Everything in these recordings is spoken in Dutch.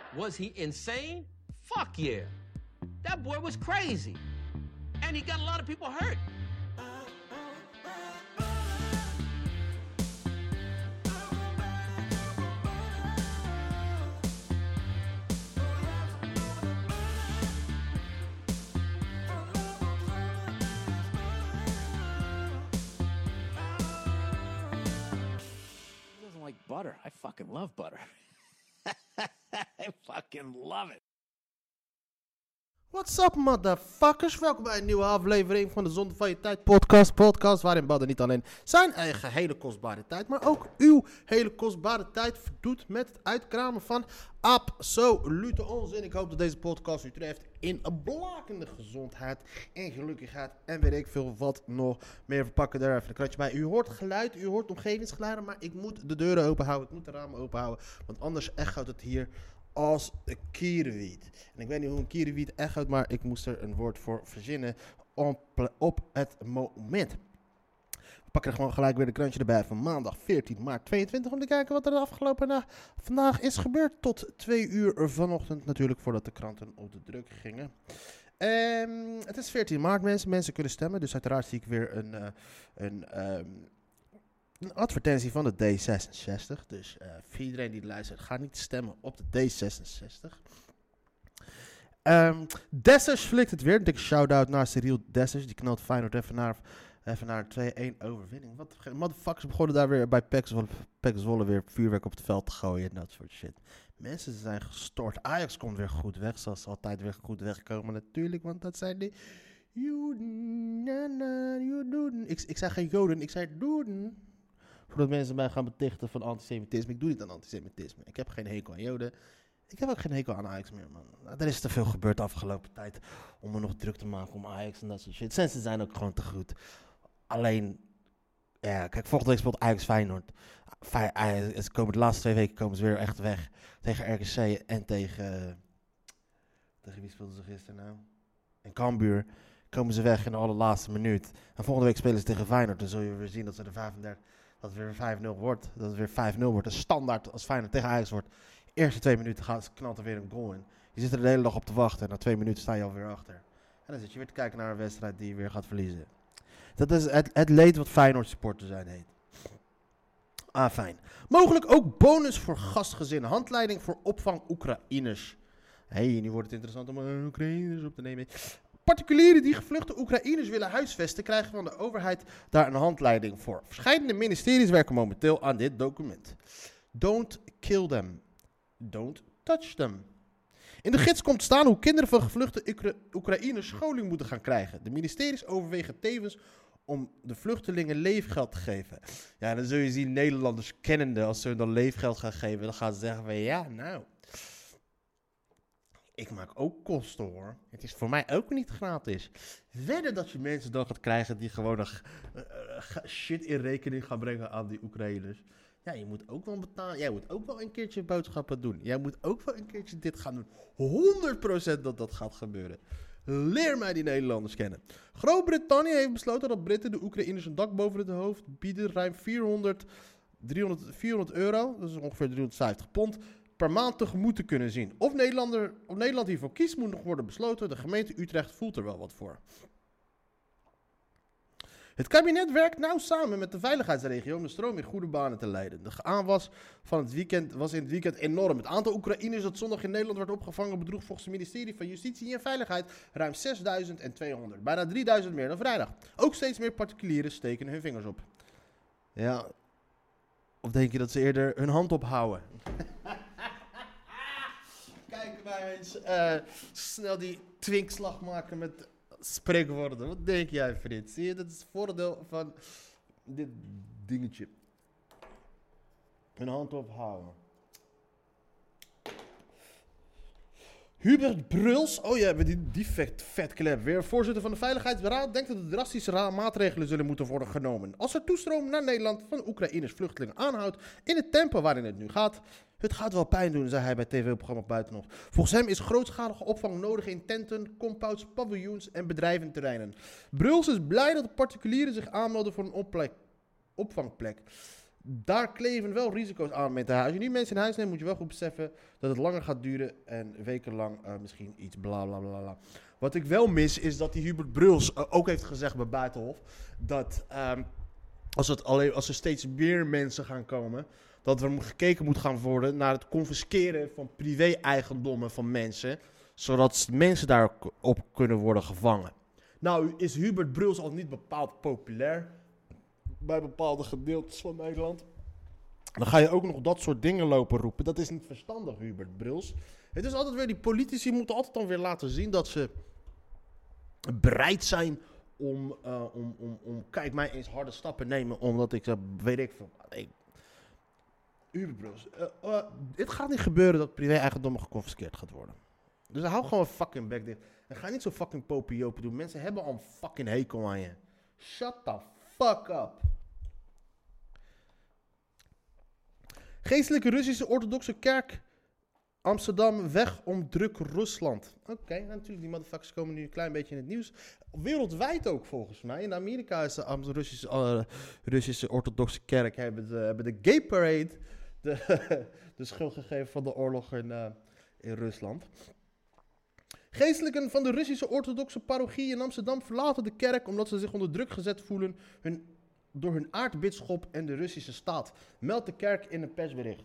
Was he insane? Fuck yeah. That boy was crazy. And he got a lot of people hurt. Like butter. I fucking love butter. I fucking love it. What's up, motherfuckers? Welkom bij een nieuwe aflevering van de Zonde van je Tijd podcast waarin Badder niet alleen zijn eigen hele kostbare tijd, maar ook uw hele kostbare tijd verdoet met het uitkramen van absolute onzin. Ik hoop dat deze podcast u treft in een blakende gezondheid en gelukkigheid en weet ik veel wat nog meer. Verpakken daar even een kratje bij. U hoort geluid, u hoort omgevingsgeluiden, maar ik moet de deuren open houden, ik moet de ramen open houden, want anders echoot het hier als een kierenwiet. En ik weet niet hoe een kierenwiet echoot, maar ik moest er een woord voor verzinnen op het moment. We pakken er gewoon gelijk weer de krantje erbij van maandag 14 maart 22 om te kijken wat er de afgelopen vandaag is gebeurd. Tot 2 uur vanochtend natuurlijk, voordat de kranten op de druk gingen. Het is 14 maart, mensen kunnen stemmen, dus uiteraard zie ik weer een advertentie van de D66. Dus voor iedereen die luistert, ga niet stemmen op de D66. Dessers flikt het weer. Een dikke shout-out naar Cyril Dessers. Die knalt Feyenoord even naar een 2-1 overwinning. Wat motherfuckers begonnen daar weer bij PEC Zwolle weer vuurwerk op het veld te gooien en dat soort shit. Mensen zijn gestort. Ajax komt weer goed weg, zoals ze altijd weer goed wegkomen natuurlijk, want dat zijn de Joden. Ik zei geen Joden, ik zei Doeden. Voordat mensen mij gaan betichten van antisemitisme. Ik doe niet aan antisemitisme. Ik heb geen hekel aan Joden. Ik heb ook geen hekel aan Ajax meer, man. Er is te veel gebeurd de afgelopen tijd om me nog druk te maken om Ajax en dat soort shit. Ze zijn ook gewoon te goed. Alleen, ja, kijk, volgende week speelt Ajax Feyenoord. De laatste 2 weken komen ze weer echt weg. Tegen RKC en tegen wie speelden ze gisteren nou? En Cambuur komen ze weg in de allerlaatste minuut. En volgende week spelen ze tegen Feyenoord. Dan zul je weer zien dat ze de 35... Dat het weer 5-0 wordt. Dat het weer 5-0 wordt. Een standaard als Feyenoord tegen Ajax wordt. Eerste 2 minuten knalt er weer een goal in. Je zit er de hele dag op te wachten. En na 2 minuten sta je alweer achter. En dan zit je weer te kijken naar een wedstrijd die je weer gaat verliezen. Dat is het leed wat Feyenoord supporter zijn heet. Fijn. Mogelijk ook bonus voor gastgezinnen. Handleiding voor opvang Oekraïners. Nu wordt het interessant om Oekraïners op te nemen. Particulieren die gevluchte Oekraïners willen huisvesten, krijgen van de overheid daar een handleiding voor. Verschillende ministeries werken momenteel aan dit document. Don't kill them. Don't touch them. In de gids komt staan hoe kinderen van gevluchte Oekraïners scholing moeten gaan krijgen. De ministeries overwegen tevens om de vluchtelingen leefgeld te geven. Ja, dan zul je zien Nederlanders kennende, als ze hun dan leefgeld gaan geven, dan gaan ze zeggen van ja, nou, ik maak ook kosten hoor. Het is voor mij ook niet gratis. Wedden dat je mensen dan gaat krijgen die gewoon shit in rekening gaan brengen aan die Oekraïners. Ja, je moet ook wel betalen. Jij moet ook wel een keertje boodschappen doen. Jij moet ook wel een keertje dit gaan doen. 100% dat gaat gebeuren. Leer mij die Nederlanders kennen. Groot-Brittannië heeft besloten dat Britten de Oekraïners een dak boven het hoofd bieden. Ruim 400 euro. Dat is ongeveer 350 pond. Per maand tegemoet te kunnen zien. Of Nederland hiervoor kiest, moet nog worden besloten. De gemeente Utrecht voelt er wel wat voor. Het kabinet werkt nauw samen met de veiligheidsregio om de stroom in goede banen te leiden. De aanwas van het weekend was in het weekend enorm. Het aantal Oekraïners dat zondag in Nederland werd opgevangen bedroeg volgens het ministerie van Justitie en Veiligheid ruim 6.200. Bijna 3.000 meer dan vrijdag. Ook steeds meer particulieren steken hun vingers op. Ja, of denk je dat ze eerder hun hand ophouden? Kijk maar eens, snel die twinkslag maken met spreekwoorden. Wat denk jij, Frits? Zie je, dat is het voordeel van dit dingetje. Een hand ophouden. Hubert Bruls, oh ja, die vetklep weer. Voorzitter van de Veiligheidsberaad denkt dat er drastische maatregelen zullen moeten worden genomen. Als er toestroom naar Nederland van Oekraïners vluchtelingen aanhoudt in het tempo waarin het nu gaat. Het gaat wel pijn doen, zei hij bij tv-programma Buitenhof. Volgens hem is grootschalige opvang nodig in tenten, compounds, paviljoens en bedrijventerreinen. Bruls is blij dat de particulieren zich aanmelden voor een opvangplek. Daar kleven wel risico's aan met de huis. Als je nu mensen in huis neemt, moet je wel goed beseffen dat het langer gaat duren en wekenlang misschien iets bla bla bla bla. Wat ik wel mis is dat die Hubert Bruls ook heeft gezegd bij Buitenhof dat als er steeds meer mensen gaan komen, dat er gekeken moet gaan worden naar het confisceren van privé-eigendommen van mensen, zodat mensen daarop kunnen worden gevangen. Nou is Hubert Bruls al niet bepaald populair bij bepaalde gedeeltes van Nederland. Dan ga je ook nog dat soort dingen lopen roepen. Dat is niet verstandig, Hubert Bruls. Het is altijd weer, die politici moeten altijd dan weer laten zien dat ze bereid zijn om kijk mij eens harde stappen nemen, omdat ik, weet ik veel. Hubert Bruls, het gaat niet gebeuren dat privé-eigendommen geconfiskeerd gaat worden. Dus hou gewoon een fucking bek dicht. En ga niet zo fucking popiopen doen. Mensen hebben al een fucking hekel aan je. Shut the fuck up. Geestelijke Russische orthodoxe kerk Amsterdam weg om druk Rusland. Oké, natuurlijk, die motherfuckers komen nu een klein beetje in het nieuws. Wereldwijd ook volgens mij. In Amerika is de Russische orthodoxe kerk hebben de Gay Parade de schuld gegeven van de oorlog in Rusland. Geestelijken van de Russische orthodoxe parochie in Amsterdam verlaten de kerk omdat ze zich onder druk gezet voelen door hun aartsbisschop en de Russische staat, meldt de kerk in een persbericht.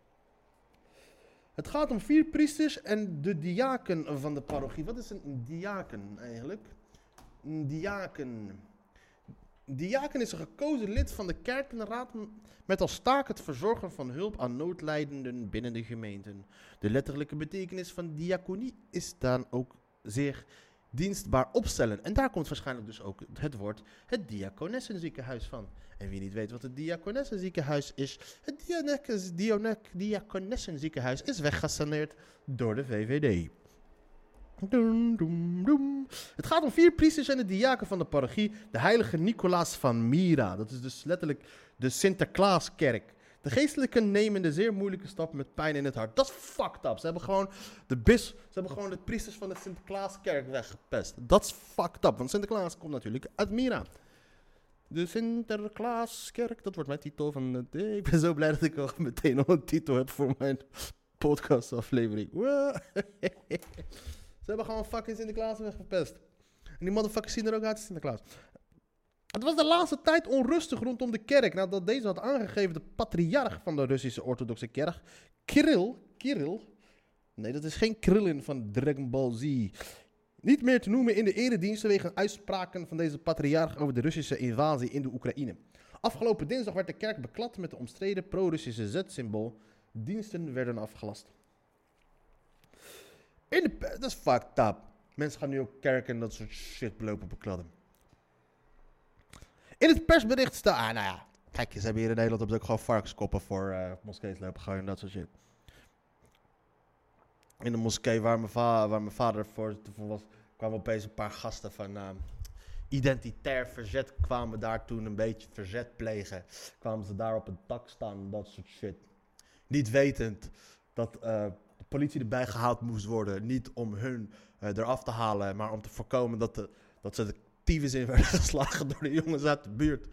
Het gaat om 4 priesters en de diaken van de parochie. Wat is een diaken eigenlijk? Een diaken. Diaken is een gekozen lid van de kerkenraad met als taak het verzorgen van hulp aan noodlijdenden binnen de gemeenten. De letterlijke betekenis van diaconie is dan ook zeer dienstbaar opstellen. En daar komt waarschijnlijk dus ook het woord het diakonessenziekenhuis van. En wie niet weet wat het diakonessenziekenhuis is, het diakonessenziekenhuis is weggesaneerd door de VVD. Doem, doem, doem. Het gaat om 4 priesters en de diaken van de parochie, de heilige Nicolaas van Myra. Dat is dus letterlijk de Sinterklaaskerk. De geestelijken nemen de zeer moeilijke stap met pijn in het hart. Dat is fucked up. Ze hebben gewoon de priesters van de Sinterklaaskerk weggepest. Dat is fucked up, want Sinterklaas komt natuurlijk uit Myra. De Sinterklaaskerk, dat wordt mijn titel van... ik ben zo blij dat ik al meteen al een titel heb voor mijn podcastaflevering. Ze hebben gewoon fucking Sinterklaas weggepest. En die motherfuckers zien er ook uit als Sinterklaas. Het was de laatste tijd onrustig rondom de kerk, nadat deze had aangegeven de patriarch van de Russische orthodoxe kerk, Kirill, nee dat is geen Krillin van Dragon Ball Z, niet meer te noemen in de erediensten wegen uitspraken van deze patriarch over de Russische invasie in de Oekraïne. Afgelopen dinsdag werd de kerk beklad met de omstreden pro-Russische Z-symbool. Diensten werden afgelast. Dat is fucked up. Mensen gaan nu ook kerken en dat soort shit lopen bekladden. In het persbericht staat... nou ja, kijk, ze hebben hier in Nederland ook gewoon varkenskoppen voor moskees lopen gooien en dat soort shit. In de moskee waar mijn vader voor was, kwamen opeens een paar gasten van identitair verzet. Kwamen daar toen een beetje verzet plegen. Kwamen ze daar op het dak staan, dat soort shit. Niet wetend dat de politie erbij gehaald moest worden. Niet om hun eraf te halen, maar om te voorkomen dat ze de tyfus in werden geslagen door de jongens uit de buurt.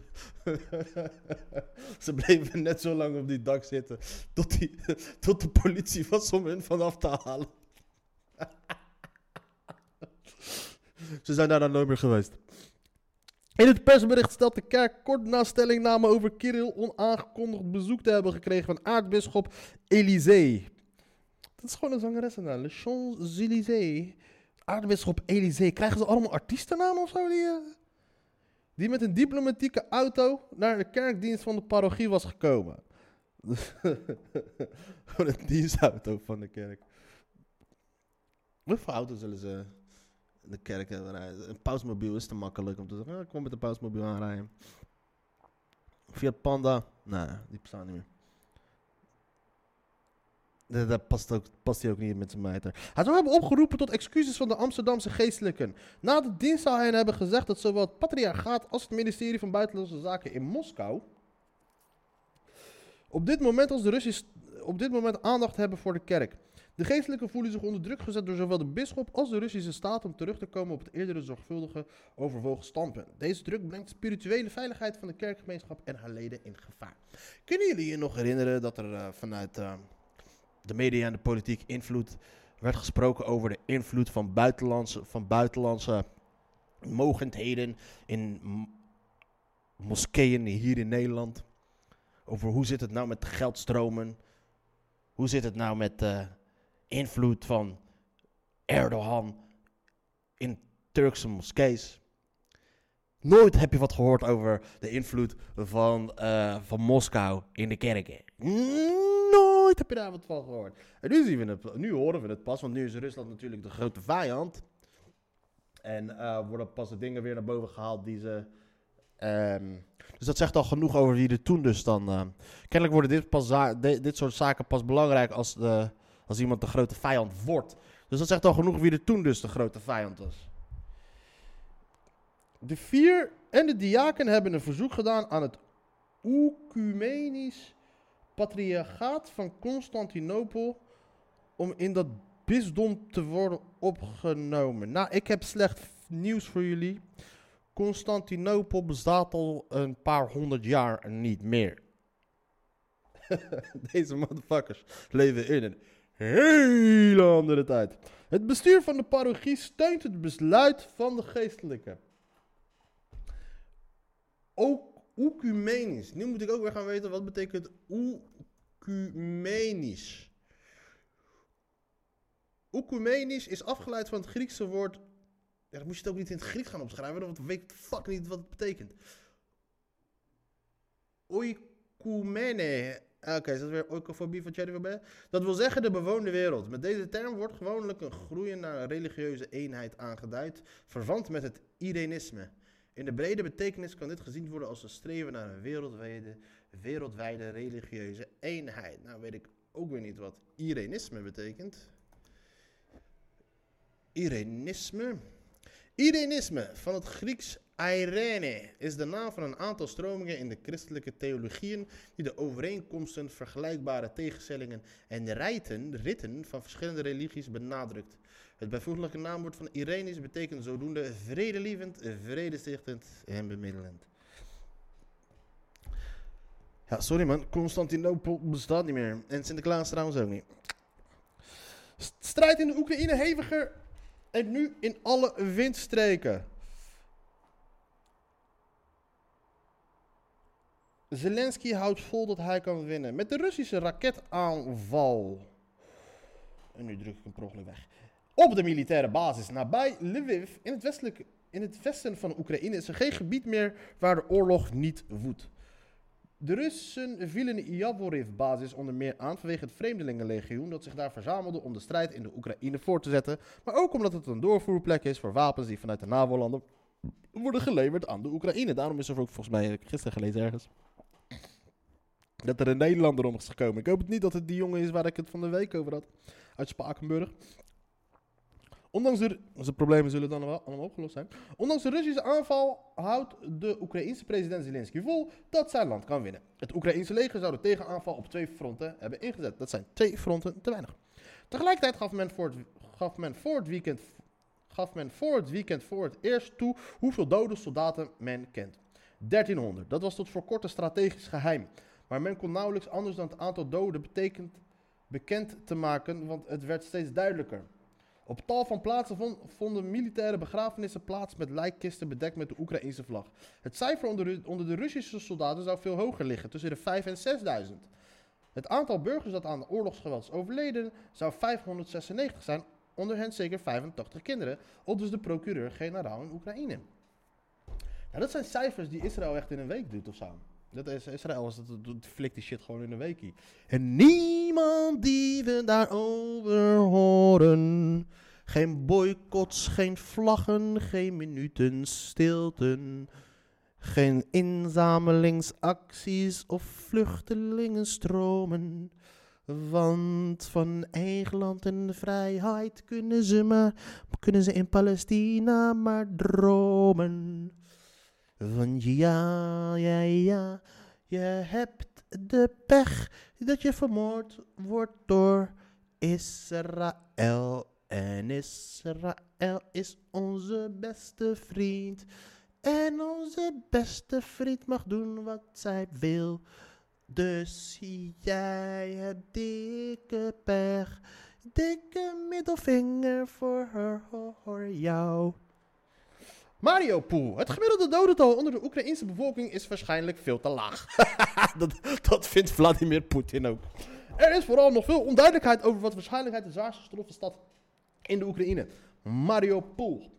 Ze bleven net zo lang op die dak zitten tot de politie was om hun vanaf te halen. Ze zijn daar dan nooit meer geweest. In het persbericht stelt de kerk kort na stellingname over Kirill onaangekondigd bezoek te hebben gekregen van aartsbisschop Élysée. Dat is gewoon een zangeressennaam, Le Champs-Élysées. Aartsbisschop Élysée. Krijgen ze allemaal artiestennamen of zo? Die met een diplomatieke auto naar de kerkdienst van de parochie was gekomen. Gewoon een dienstauto van de kerk. Hoeveel auto's zullen ze in de kerk hebben rijden? Een pausmobiel is te makkelijk om te zeggen. Ik kom met een pausmobiel aanrijden. Fiat Panda. Nee, die bestaan niet meer. Dat past hij ook niet met zijn mijter. Hij zou hebben opgeroepen tot excuses van de Amsterdamse geestelijken. Na de dienst zou hij hebben gezegd dat zowel het patriarchaat als het ministerie van Buitenlandse Zaken in Moskou op dit moment aandacht hebben voor de kerk. De geestelijken voelen zich onder druk gezet door zowel de bisschop als de Russische staat om terug te komen op het eerdere zorgvuldige overwogen standpunt. Deze druk brengt de spirituele veiligheid van de kerkgemeenschap en haar leden in gevaar. Kunnen jullie je nog herinneren dat er vanuit de media en de politiek invloed werd gesproken over de invloed van buitenlandse mogendheden in moskeeën hier in Nederland? Over hoe zit het nou met de geldstromen? Hoe zit het nou met de invloed van Erdogan in Turkse moskees? Nooit heb je wat gehoord over de invloed van Moskou in de kerken. Nooit heb je daar wat van gehoord. En nu horen we het pas, want nu is Rusland natuurlijk de grote vijand. En worden pas de dingen weer naar boven gehaald die ze... dus dat zegt al genoeg over wie er toen dus dan... kennelijk worden dit soort zaken pas belangrijk als iemand de grote vijand wordt. Dus dat zegt al genoeg wie er toen dus de grote vijand was. De 4 en de diaken hebben een verzoek gedaan aan het Ecumenisch Patriarchaat van Constantinopel om in dat bisdom te worden opgenomen. Nou, ik heb slecht nieuws voor jullie. Constantinopel bestaat al een paar 100 jaar niet meer. Deze motherfuckers leven in een hele andere tijd. Het bestuur van de parochie steunt het besluit van de geestelijken. Ook ecumenisch. Nu moet ik ook weer gaan weten wat betekent ecumenisch. Ecumenisch is afgeleid van het Griekse woord... Ja, dan moet je het ook niet in het Grieks gaan opschrijven, want ik weet fuck niet wat het betekent. Oikumene. Oké, is dat weer oikofobie van Thierry Verbet? Dat wil zeggen de bewoonde wereld. Met deze term wordt gewoonlijk een groeien naar een religieuze eenheid aangeduid, verwant met het Irenisme. In de brede betekenis kan dit gezien worden als een streven naar een wereldwijde religieuze eenheid. Nou weet ik ook weer niet wat Irenisme betekent. Irenisme, van het Grieks Irene, is de naam van een aantal stromingen in de christelijke theologieën die de overeenkomsten, vergelijkbare tegenstellingen en ritten van verschillende religies benadrukt. Het bijvoeglijke naamwoord van Irenis betekent zodoende vredelievend, vredestichtend en bemiddelend. Ja, sorry man, Constantinopel bestaat niet meer. En Sinterklaas trouwens ook niet. Strijd in de Oekraïne heviger en nu in alle windstreken. Zelensky houdt vol dat hij kan winnen met de Russische raketaanval. En nu druk ik hem per ongeluk weg. Op de militaire basis nabij Lviv in het westen van Oekraïne is er geen gebied meer waar de oorlog niet woedt. De Russen vielen de Yavoriv-basis onder meer aan vanwege het Vreemdelingenlegioen dat zich daar verzamelde om de strijd in de Oekraïne voor te zetten, maar ook omdat het een doorvoerplek is voor wapens die vanuit de NAVO-landen worden geleverd aan de Oekraïne. Daarom is er ook volgens mij, heb ik gisteren gelezen ergens, dat er een Nederlander om is gekomen. Ik hoop het niet dat het die jongen is waar ik het van de week over had, uit Spakenburg. Ondanks onze problemen zullen dan wel allemaal opgelost zijn. Ondanks de Russische aanval houdt de Oekraïense president Zelensky vol dat zijn land kan winnen. Het Oekraïense leger zou de tegenaanval op 2 fronten hebben ingezet. Dat zijn 2 fronten te weinig. Tegelijkertijd gaf men voor het weekend voor het eerst toe hoeveel dode soldaten men kent. 1300. Dat was tot voor kort een strategisch geheim. Maar men kon nauwelijks anders dan het aantal doden bekend te maken, want het werd steeds duidelijker. Op tal van plaatsen vonden militaire begrafenissen plaats met lijkkisten bedekt met de Oekraïnse vlag. Het cijfer onder de Russische soldaten zou veel hoger liggen, tussen de 5.000 en 6.000. Het aantal burgers dat aan oorlogsgeweld is overleden zou 596 zijn, onder hen zeker 85 kinderen, aldus de procureur-generaal in Oekraïne. Nou, dat zijn cijfers die Israël echt in een week doet of zo. Dat is Israël, flikt die shit gewoon in een weekie. En niemand die we daarover horen. Geen boycotts, geen vlaggen, geen minuten stilten. Geen inzamelingsacties of vluchtelingenstromen. Want van eigen land en vrijheid kunnen ze in Palestina maar dromen. Want ja, je hebt de pech dat je vermoord wordt door Israël. En Israël is onze beste vriend. En onze beste vriend mag doen wat zij wil. Dus jij hebt dikke pech. Dikke middelvinger voor jou. Mariupol. Het gemiddelde dodental onder de Oekraïense bevolking is waarschijnlijk veel te laag. dat vindt Vladimir Poetin ook. Er is vooral nog veel onduidelijkheid over wat waarschijnlijk de zwaarst getroffen stad in de Oekraïne. Mariupol.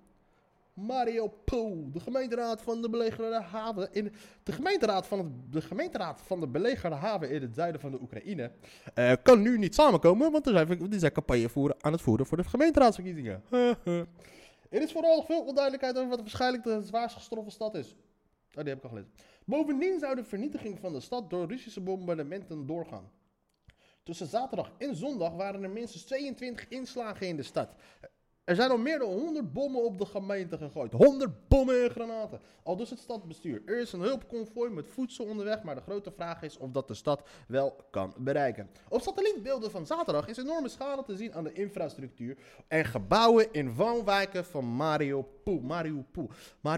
De gemeenteraad van de belegerde haven in de gemeenteraad van de belegerde haven in het zuiden van de Oekraïne kan nu niet samenkomen, want die zijn campagne aan het voeren voor de gemeenteraadsverkiezingen. Er is vooral nog veel onduidelijkheid over wat waarschijnlijk de zwaarst getroffen stad is. Oh, die heb ik al gelezen. Bovendien zou de vernietiging van de stad door Russische bombardementen doorgaan. Tussen zaterdag en zondag waren er minstens 22 inslagen in de stad. Er zijn al meer dan 100 bommen op de gemeente gegooid. 100 bommen en granaten. Aldus het stadsbestuur. Er is een hulpconvooi met voedsel onderweg, maar de grote vraag is of dat de stad wel kan bereiken. Op satellietbeelden van zaterdag is enorme schade te zien aan de infrastructuur en gebouwen in woonwijken van Mariupol.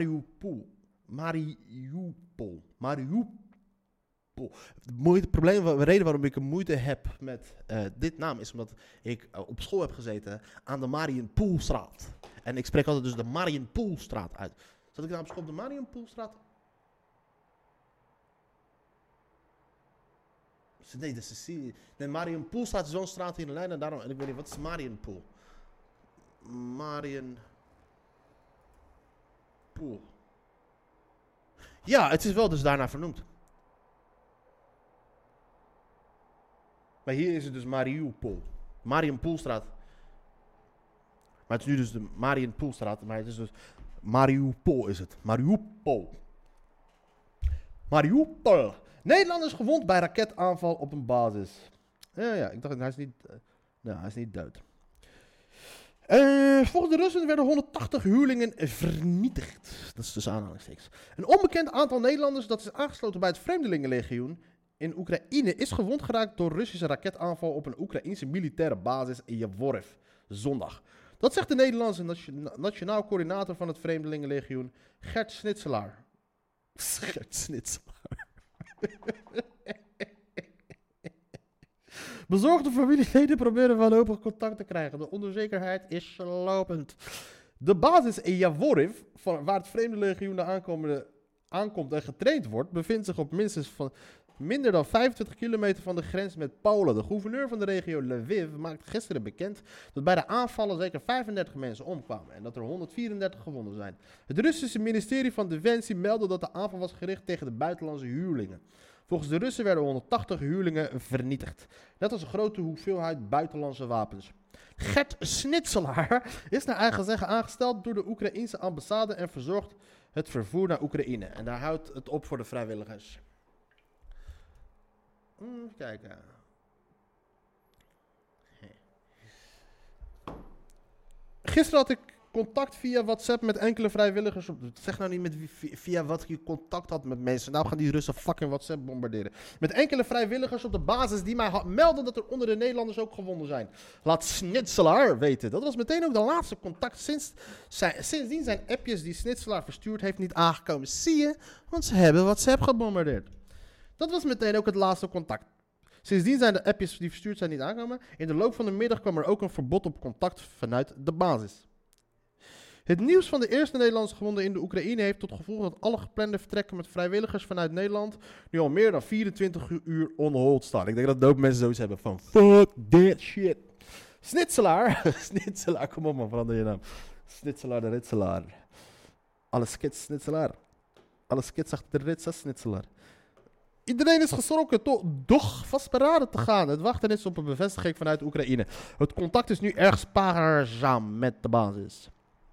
Het probleem, de reden waarom ik moeite heb met dit naam is omdat ik op school heb gezeten aan de Marienpoolstraat. En ik spreek altijd dus de Marienpoolstraat uit. Zat ik nou op school op de Marienpoolstraat? Nee, dat is de Marienpoolstraat is zo'n straat hier in Leiden. Daarom, en ik weet niet, wat is Marienpool? Marienpool. Ja, het is wel dus daarna vernoemd. Maar hier is het dus Mariupol. Marienpoolstraat. Maar het is nu dus de Marienpoolstraat. Maar het is dus Mariupol is het. Mariupol. Nederlanders gewond bij raketaanval op een basis. Ja, ik dacht, hij is niet dood. Volgens de Russen werden 180 huwelingen vernietigd. Dat is dus aanhalingstekens. Een onbekend aantal Nederlanders dat is aangesloten bij het Vreemdelingenlegioen in Oekraïne is gewond geraakt door Russische raketaanval op een Oekraïense militaire basis in Jaworov, zondag. Dat zegt de Nederlandse nationaal coördinator van het Vreemdelingenlegioen, Gert Snitselaar. Bezorgde familieleden proberen wanhopig contact te krijgen. De onzekerheid is lopend. De basis in Jaworov, waar het Vreemdelingenlegioen aankomt en getraind wordt, bevindt zich op minstens minder dan 25 kilometer van de grens met Polen. De gouverneur van de regio Lviv maakte gisteren bekend dat bij de aanvallen zeker 35 mensen omkwamen en dat er 134 gewonden zijn. Het Russische ministerie van Defensie meldde dat de aanval was gericht tegen de buitenlandse huurlingen. Volgens de Russen werden 180 huurlingen vernietigd. Net als een grote hoeveelheid buitenlandse wapens. Gert Snitselaar is naar eigen zeggen aangesteld door de Oekraïense ambassade en verzorgt het vervoer naar Oekraïne. En daar houdt het op voor de vrijwilligers. Even kijken. Gisteren had ik contact via WhatsApp met enkele vrijwilligers. Zeg nou niet met via wat je contact had met mensen. Nou gaan die Russen fucking WhatsApp bombarderen. Met enkele vrijwilligers op de basis die mij melden dat er onder de Nederlanders ook gewonden zijn. Laat Snitselaar weten. Dat was meteen ook de laatste contact. Sindsdien zijn appjes die Snitselaar verstuurd heeft niet aangekomen. Zie je? Want ze hebben WhatsApp gebombardeerd. Dat was meteen ook het laatste contact. Sindsdien zijn de appjes die verstuurd zijn niet aangekomen. In de loop van de middag kwam er ook een verbod op contact vanuit de basis. Het nieuws van de eerste Nederlandse gewonden in de Oekraïne heeft tot gevolg dat alle geplande vertrekken met vrijwilligers vanuit Nederland nu al meer dan 24 uur on hold staan. Ik denk dat doop mensen zoiets hebben van fuck that shit. Snitselaar, kom op man, verander je naam. Snitselaar de Ritselaar. Alle skits Snitselaar. Alle skits achter de Ritsa Snitselaar. Iedereen is geschrokken, doch vastberaden te gaan. Het wachten is op een bevestiging vanuit Oekraïne. Het contact is nu erg spaarzaam met de basis.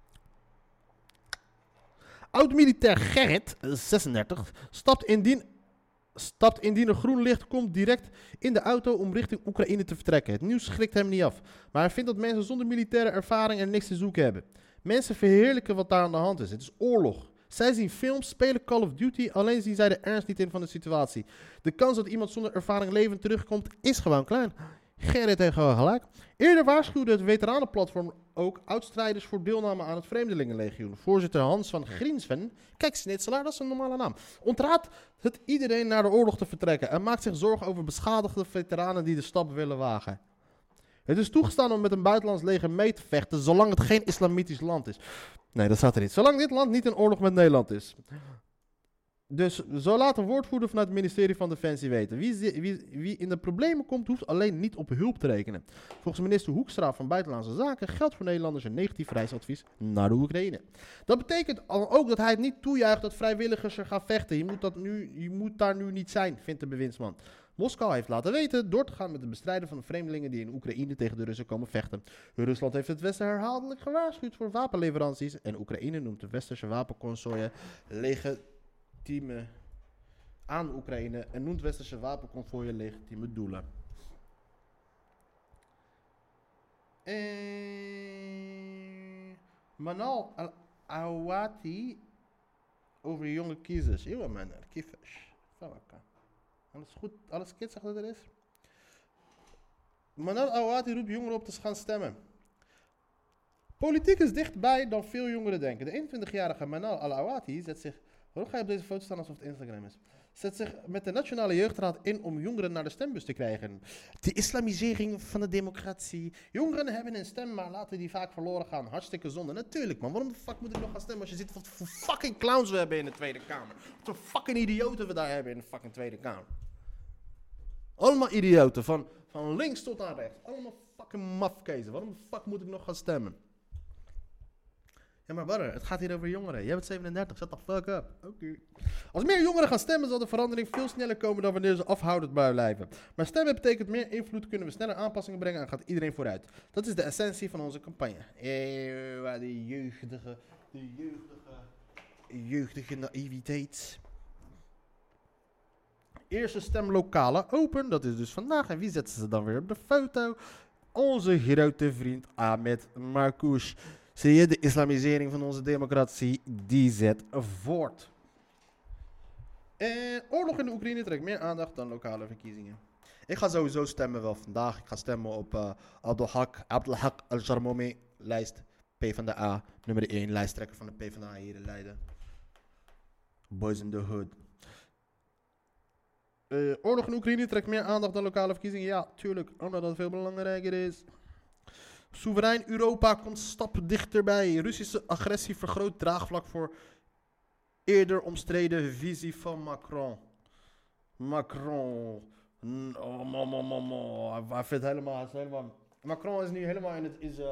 Oud-militair Gerrit, 36, stapt indien er groen licht komt direct in de auto om richting Oekraïne te vertrekken. Het nieuws schrikt hem niet af, maar hij vindt dat mensen zonder militaire ervaring er niks te zoeken hebben. Mensen verheerlijken wat daar aan de hand is. Het is oorlog. Zij zien films, spelen Call of Duty, alleen zien zij de ernst niet in van de situatie. De kans dat iemand zonder ervaring levend terugkomt is gewoon klein. Gerrit heeft gewoon gelijk. Eerder waarschuwde het veteranenplatform ook oudstrijders voor deelname aan het Vreemdelingenlegioen. Voorzitter Hans van Grinsven, kijk Snitselaar, dat is een normale naam, ontraadt het iedereen naar de oorlog te vertrekken en maakt zich zorgen over beschadigde veteranen die de stap willen wagen. Het is toegestaan om met een buitenlands leger mee te vechten, zolang het geen islamitisch land is. Nee, dat staat er niet. Zolang dit land niet in oorlog met Nederland is. Dus zo laat een woordvoerder vanuit het ministerie van Defensie weten. Wie in de problemen komt, hoeft alleen niet op hulp te rekenen. Volgens minister Hoekstra van Buitenlandse Zaken geldt voor Nederlanders een negatief reisadvies naar de Oekraïne. Dat betekent ook dat hij het niet toejuicht dat vrijwilligers er gaan vechten. Je moet daar nu niet zijn, vindt de bewindsman. Moskou heeft laten weten door te gaan met het bestrijden van de vreemdelingen die in Oekraïne tegen de Russen komen vechten. Rusland heeft het Westen herhaaldelijk gewaarschuwd voor wapenleveranties en Oekraïne noemt de westerse wapenconsorten legitieme aan Oekraïne en noemt westerse wapenconvooien legitieme doelen. Manal al-Awati over jonge kiezers. Eeuw man, kiezers. Alles goed, alles kid zegt dat er is. Manal al-Awati roept jongeren op te gaan stemmen. Politiek is dichtbij dan veel jongeren denken. De 21-jarige Manal al-Awati zet zich... Waarom ga je op deze foto staan alsof het Instagram is? Zet zich met de Nationale Jeugdraad in om jongeren naar de stembus te krijgen. De islamisering van de democratie. Jongeren hebben een stem, maar laten die vaak verloren gaan. Hartstikke zonde. Natuurlijk, man. Waarom de fuck moet ik nog gaan stemmen als je ziet wat voor fucking clowns we hebben in de Tweede Kamer? Wat voor fucking idioten we daar hebben in de fucking Tweede Kamer. Allemaal idioten, van links tot aan rechts. Allemaal fucking mafkezen. Waarom de fuck moet ik nog gaan stemmen? Ja, maar brother, het gaat hier over jongeren. Jij bent 37, shut the fuck up. Oké. Als meer jongeren gaan stemmen, zal de verandering veel sneller komen dan wanneer ze afhoudend blijven. Maar stemmen betekent meer invloed, kunnen we sneller aanpassingen brengen en gaat iedereen vooruit. Dat is de essentie van onze campagne. De jeugdige naïviteit. Eerste stemlokalen open, dat is dus vandaag. En wie zetten ze dan weer op de foto? Onze grote vriend Ahmed Marcouch. Zie je, de islamisering van onze democratie, die zet voort. Oorlog in de Oekraïne trekt meer aandacht dan lokale verkiezingen. Ik ga sowieso stemmen wel vandaag. Ik ga stemmen op Abdelhak Al-Jarmoumi, lijst PvdA, nummer 1, lijsttrekker van de PvdA hier in Leiden. Boys in the hood. Oorlog in Oekraïne trekt meer aandacht dan lokale verkiezingen. Ja, tuurlijk, omdat dat veel belangrijker is. Soeverein Europa komt stappen dichterbij. Russische agressie vergroot draagvlak voor eerder omstreden visie van Macron. Macron. Hij vindt helemaal... Macron is nu helemaal in het...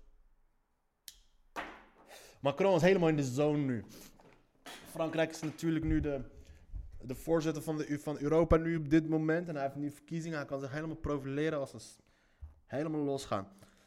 Macron is helemaal in de zone nu. Frankrijk is natuurlijk nu de voorzitter van Europa nu op dit moment. En hij heeft nu verkiezingen. Hij kan zich helemaal profileren als ze helemaal losgaan.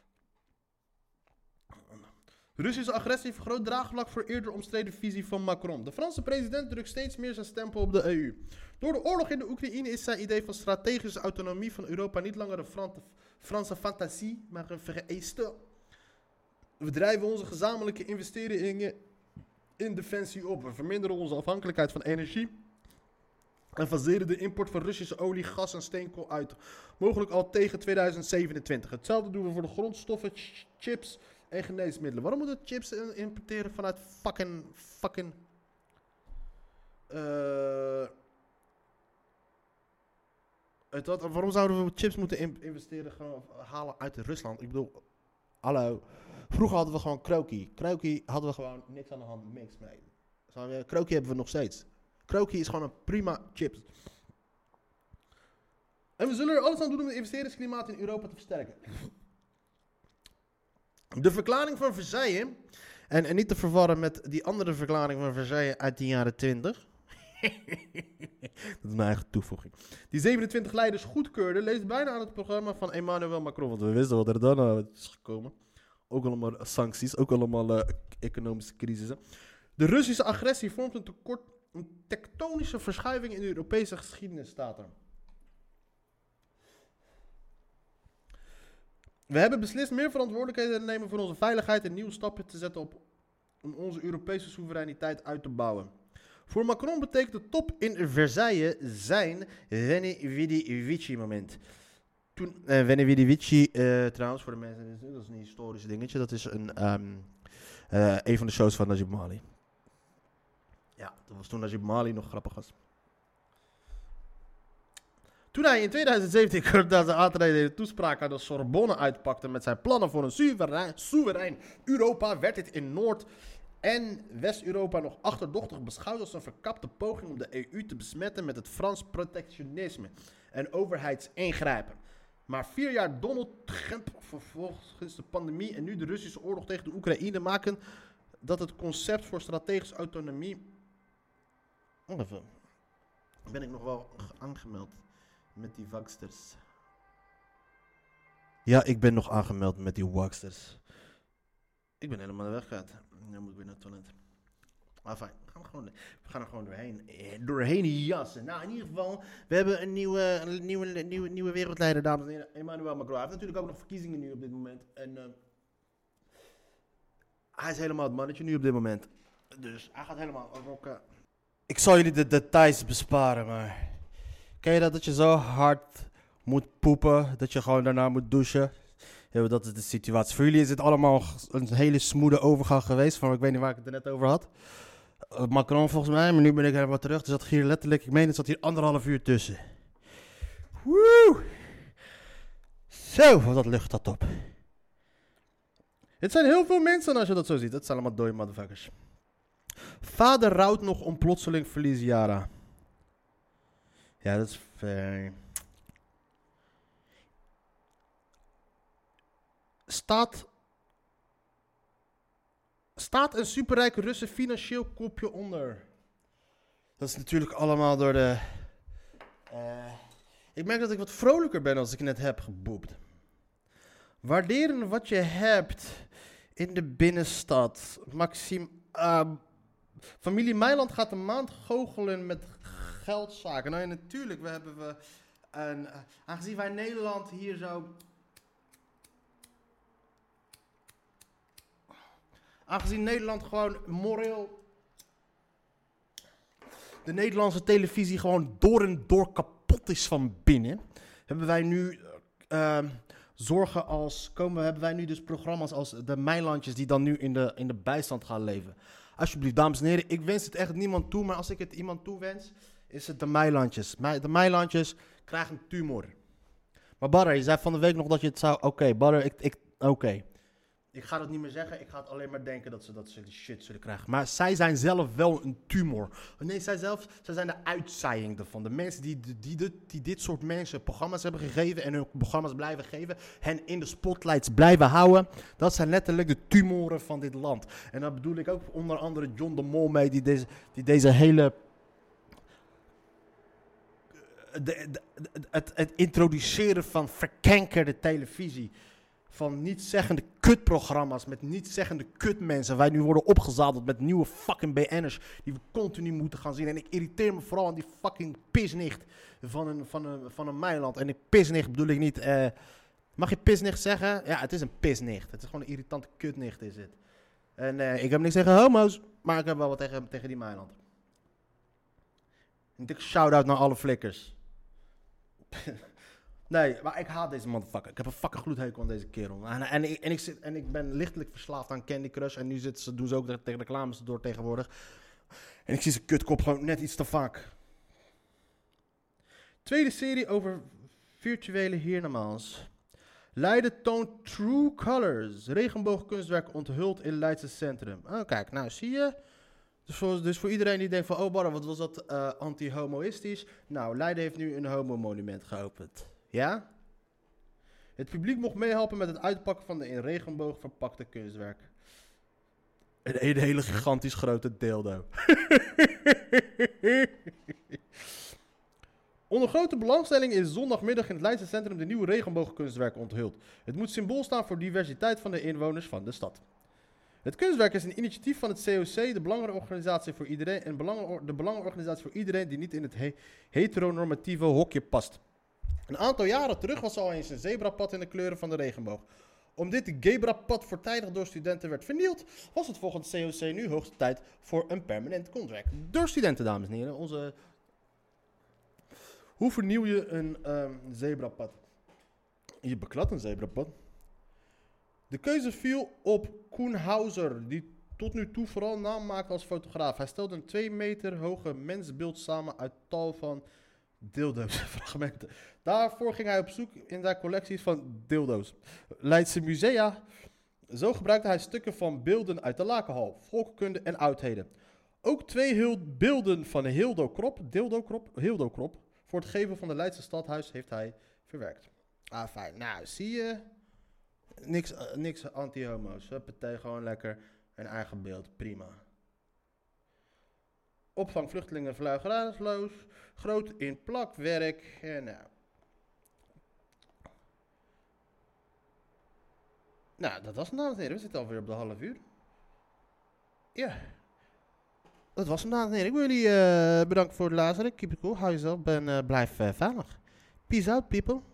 Russische agressie vergroot draagvlak voor eerder omstreden visie van Macron. De Franse president drukt steeds meer zijn stempel op de EU. Door de oorlog in de Oekraïne is zijn idee van strategische autonomie van Europa niet langer een Franse fantasie, maar een vereiste. We drijven onze gezamenlijke investeringen in defensie op. We verminderen onze afhankelijkheid van energie en faseren de import van Russische olie, gas en steenkool uit. Mogelijk al tegen 2027. Hetzelfde doen we voor de grondstoffen, chips en geneesmiddelen. Waarom moeten we chips importeren vanuit fucking waarom zouden we chips moeten investeren, gewoon halen uit Rusland? Ik bedoel, hallo. Vroeger hadden we gewoon Kroki. Kroki hadden we gewoon niks aan de hand, niks mee. Kroki hebben we nog steeds. Kroki is gewoon een prima chips. En we zullen er alles aan doen om het investeringsklimaat in Europa te versterken. De verklaring van Versailles, en niet te verwarren met die andere verklaring van Versailles uit de jaren 20. Dat is mijn eigen toevoeging. Die 27 leiders goedkeurden, leest bijna aan het programma van Emmanuel Macron. Want we wisten wat er dan is gekomen. Ook allemaal sancties, ook allemaal economische crisissen. De Russische agressie vormt een tektonische verschuiving in de Europese geschiedenis, staat er. We hebben beslist meer verantwoordelijkheden te nemen voor onze veiligheid en nieuwe stappen te zetten om onze Europese soevereiniteit uit te bouwen. Voor Macron betekent de top in Versailles zijn Veni Vidi Vici moment. Toen, Veni Vici, trouwens, voor de mensen, dat is een historisch dingetje. Dat is een van de shows van Najib Mali. Ja, dat was toen Najib Mali nog grappig was. Toen hij in 2017 de aantreden toespraak aan de Sorbonne uitpakte met zijn plannen voor een soeverein Europa, werd dit in Noord- en West-Europa nog achterdochtig beschouwd als een verkapte poging om de EU te besmetten met het Frans protectionisme en overheidsingrijpen. Maar 4 jaar Donald Trump, vervolgens de pandemie en nu de Russische oorlog tegen de Oekraïne maken dat het concept voor strategische autonomie... Even. Ben ik nog wel aangemeld met die waksters? Ja, ik ben nog aangemeld met die waksters. Ik ben helemaal weg gehad. Nu moet ik weer naar het toilet. Maar fijn, we gaan er gewoon doorheen jassen. Nou, in ieder geval, we hebben een nieuwe wereldleider, dames en heren. Emmanuel Macron. Hij heeft natuurlijk ook nog verkiezingen nu op dit moment. En hij is helemaal het mannetje nu op dit moment. Dus hij gaat helemaal rocken. Ik zal jullie de details besparen, maar... Ken je dat je zo hard moet poepen, dat je gewoon daarna moet douchen? Ja, dat is de situatie. Voor jullie is het allemaal een hele smoede overgang geweest. Van, ik weet niet waar ik het er net over had. Macron volgens mij, maar nu ben ik helemaal terug. Er zat hier letterlijk, ik meen, er zat hier 1,5 uur tussen. Woe! Zo, wat dat lucht dat op. Het zijn heel veel mensen als je dat zo ziet. Het zijn allemaal dode motherfuckers. Vader rouwt nog om plotseling verlies Yara. Ja, dat is fair. Staat een superrijke Russen financieel kopje onder? Dat is natuurlijk allemaal door de... ik merk dat ik wat vrolijker ben als ik net heb geboept. Waarderen wat je hebt in de binnenstad. Maxime... familie Meiland gaat een maand goochelen met geldzaken. Nou ja, natuurlijk, aangezien wij Nederland hier zo... Aangezien Nederland gewoon moreel... De Nederlandse televisie gewoon door en door kapot is van binnen. Hebben wij nu hebben wij nu dus programma's als de Meilandjes die dan nu in de bijstand gaan leven. Alsjeblieft, dames en heren, ik wens het echt niemand toe, maar als ik het iemand toewens, is het de Meilandjes. De Meilandjes krijgen een tumor. Maar Barre, je zei van de week nog dat je het zou... Oké, Barre, oké. Ik ga dat niet meer zeggen, ik ga het alleen maar denken dat ze die shit zullen krijgen. Maar zij zijn zelf wel een tumor. Nee, zij zijn de uitzaaiing ervan. De mensen die dit soort mensen programma's hebben gegeven en hun programma's blijven geven, hen in de spotlights blijven houden, dat zijn letterlijk de tumoren van dit land. En daar bedoel ik ook onder andere John de Mol mee, die deze hele... Het introduceren van verkankerde televisie... Van niet-zeggende kutprogramma's met niet-zeggende kutmensen. Wij nu worden opgezadeld met nieuwe fucking BN'ers die we continu moeten gaan zien. En ik irriteer me vooral aan die fucking pisnicht van een Meiland. En die pisnicht bedoel ik niet... mag je pisnicht zeggen? Ja, het is een pisnicht. Het is gewoon een irritante kutnicht is het. En ik heb niks tegen homo's, maar ik heb wel wat tegen die Meiland. Een dikke shout-out naar alle flikkers. Nee, maar ik haat deze motherfucker. Ik heb een fucking gloedhekel aan deze kerel. En ik ben lichtelijk verslaafd aan Candy Crush. En nu doen ze ook tegen reclames door tegenwoordig. En ik zie zijn kutkop gewoon net iets te vaak. Tweede serie over virtuele hiernamaals. Leiden toont True Colors. Regenboogkunstwerk onthuld in Leidse Centrum. Oh, kijk, nou zie je. Dus voor iedereen die denkt van... Oh, Barra, wat was dat anti-homoïstisch? Nou, Leiden heeft nu een homo-monument geopend. Ja? Het publiek mocht meehelpen met het uitpakken van de in regenboog verpakte kunstwerk. Een hele gigantisch grote dildo. Onder grote belangstelling is zondagmiddag in het Leidse Centrum de nieuwe regenboogkunstwerk onthuld. Het moet symbool staan voor diversiteit van de inwoners van de stad. Het kunstwerk is een initiatief van het COC, de belangenorganisatie voor iedereen, en de belangenorganisatie voor iedereen die niet in het heteronormatieve hokje past. Een aantal jaren terug was al eens een zebrapad in de kleuren van de regenboog. Omdat dit gebrapad voortijdig door studenten werd vernield, was het volgens het COC nu hoogste tijd voor een permanent contract. Door studenten, dames en heren. Hoe vernieuw je een zebrapad? Je bekladt een zebrapad. De keuze viel op Koen Hauser, die tot nu toe vooral naam maakt als fotograaf. Hij stelde een 2 meter hoge mensbeeld samen uit tal van dildo's fragmenten. Daarvoor ging hij op zoek in zijn collecties van dildo's. Leidse musea. Zo gebruikte hij stukken van beelden uit de Lakenhal, volkkunde en oudheden. Ook 2 beelden van Hildo Krop, voor het geven van de Leidse stadhuis heeft hij verwerkt. Ah, fijn. Nou, zie je. Niks anti-homo's. Huppatee, gewoon lekker een eigen beeld. Prima. Opvang vluchtelingen gratisloos. Groot in plakwerk. En nou, dat was hem, dames en heren. We zitten alweer op de half uur. Ja. Dat was hem, dames en heren. Ik wil jullie bedanken voor het luisteren. Keep it cool. Hou jezelf en blijf veilig. Peace out, people.